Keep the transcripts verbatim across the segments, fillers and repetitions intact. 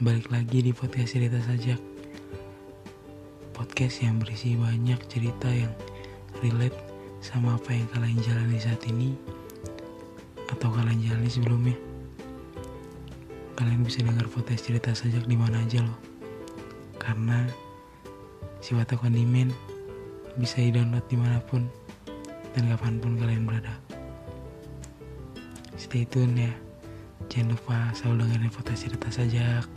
Balik lagi di podcast Cerita Sajak. Podcast yang berisi banyak cerita yang relate sama apa yang kalian jalani saat ini atau kalian jalani sebelumnya. Kalian bisa dengar podcast Cerita Sajak di mana aja loh. Karena sifat aku kondimen bisa di-download dimanapun dan kapanpun kalian berada. Stay tune ya. Jangan lupa selalu dengerin podcast Cerita Sajak.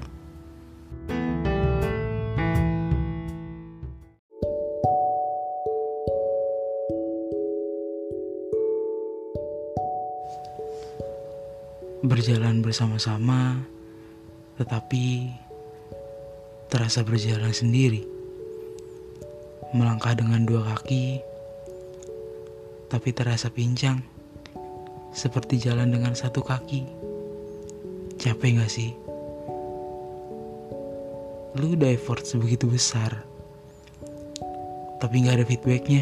Berjalan bersama-sama, tetapi terasa berjalan sendiri. Melangkah dengan dua kaki, tapi terasa pincang, seperti jalan dengan satu kaki. Capek gak sih? Lu udah effort sebegitu besar, tapi gak ada feedbacknya.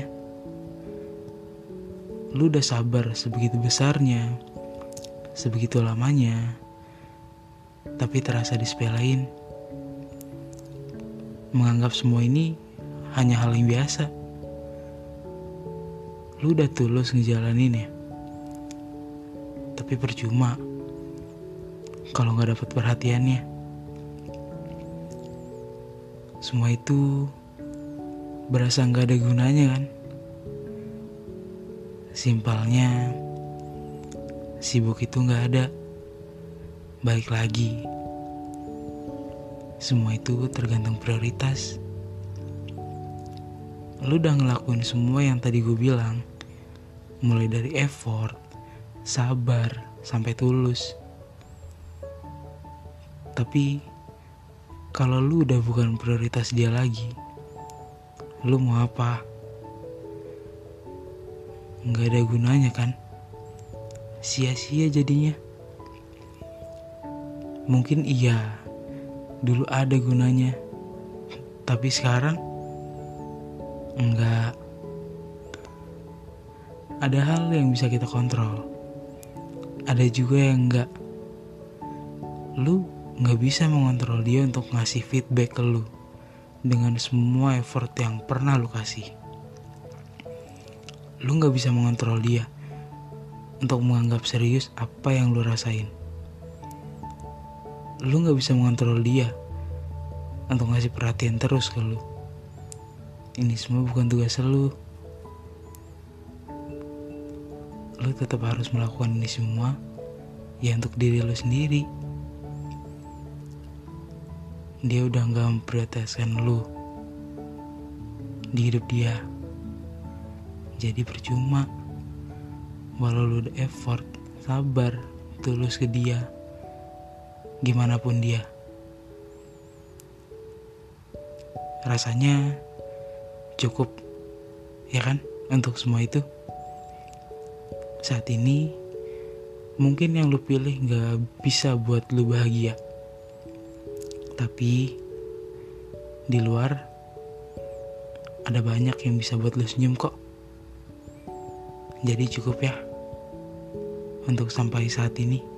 Lu udah sabar sebegitu besarnya, sebegitu lamanya, tapi terasa disepelein. Menganggap semua ini hanya hal yang biasa. Lu udah tulus ngejalaninnya, tapi percuma kalau gak dapat perhatiannya. Semua itu berasa gak ada gunanya kan? Simpelnya, sibuk itu gak ada. Balik lagi, semua itu tergantung prioritas. Lu udah ngelakuin semua yang tadi gue bilang, mulai dari effort, sabar, sampai tulus. Tapi kalau lu udah bukan prioritas dia lagi, lu mau apa? Gak ada gunanya kan? Sia-sia jadinya. Mungkin iya, dulu ada gunanya, tapi sekarang enggak. Ada hal yang bisa kita kontrol, ada juga yang enggak. Lu gak bisa mengontrol dia untuk ngasih feedback ke lu dengan semua effort yang pernah lu kasih. Lu gak bisa mengontrol dia untuk menganggap serius apa yang lu rasain. Lu gak bisa mengontrol dia untuk ngasih perhatian terus ke lu. Ini semua bukan tugas lu. Lu tetap harus melakukan ini semua ya untuk diri lu sendiri. Dia udah gak memprioritaskan lu di hidup dia. Jadi percuma walau lu udah effort, sabar, tulus ke dia, gimana pun dia. Rasanya cukup, ya kan, untuk semua itu. Saat ini mungkin yang lu pilih gak bisa buat lu bahagia, tapi di luar ada banyak yang bisa buat lu senyum kok. Jadi cukup ya untuk sampai saat ini.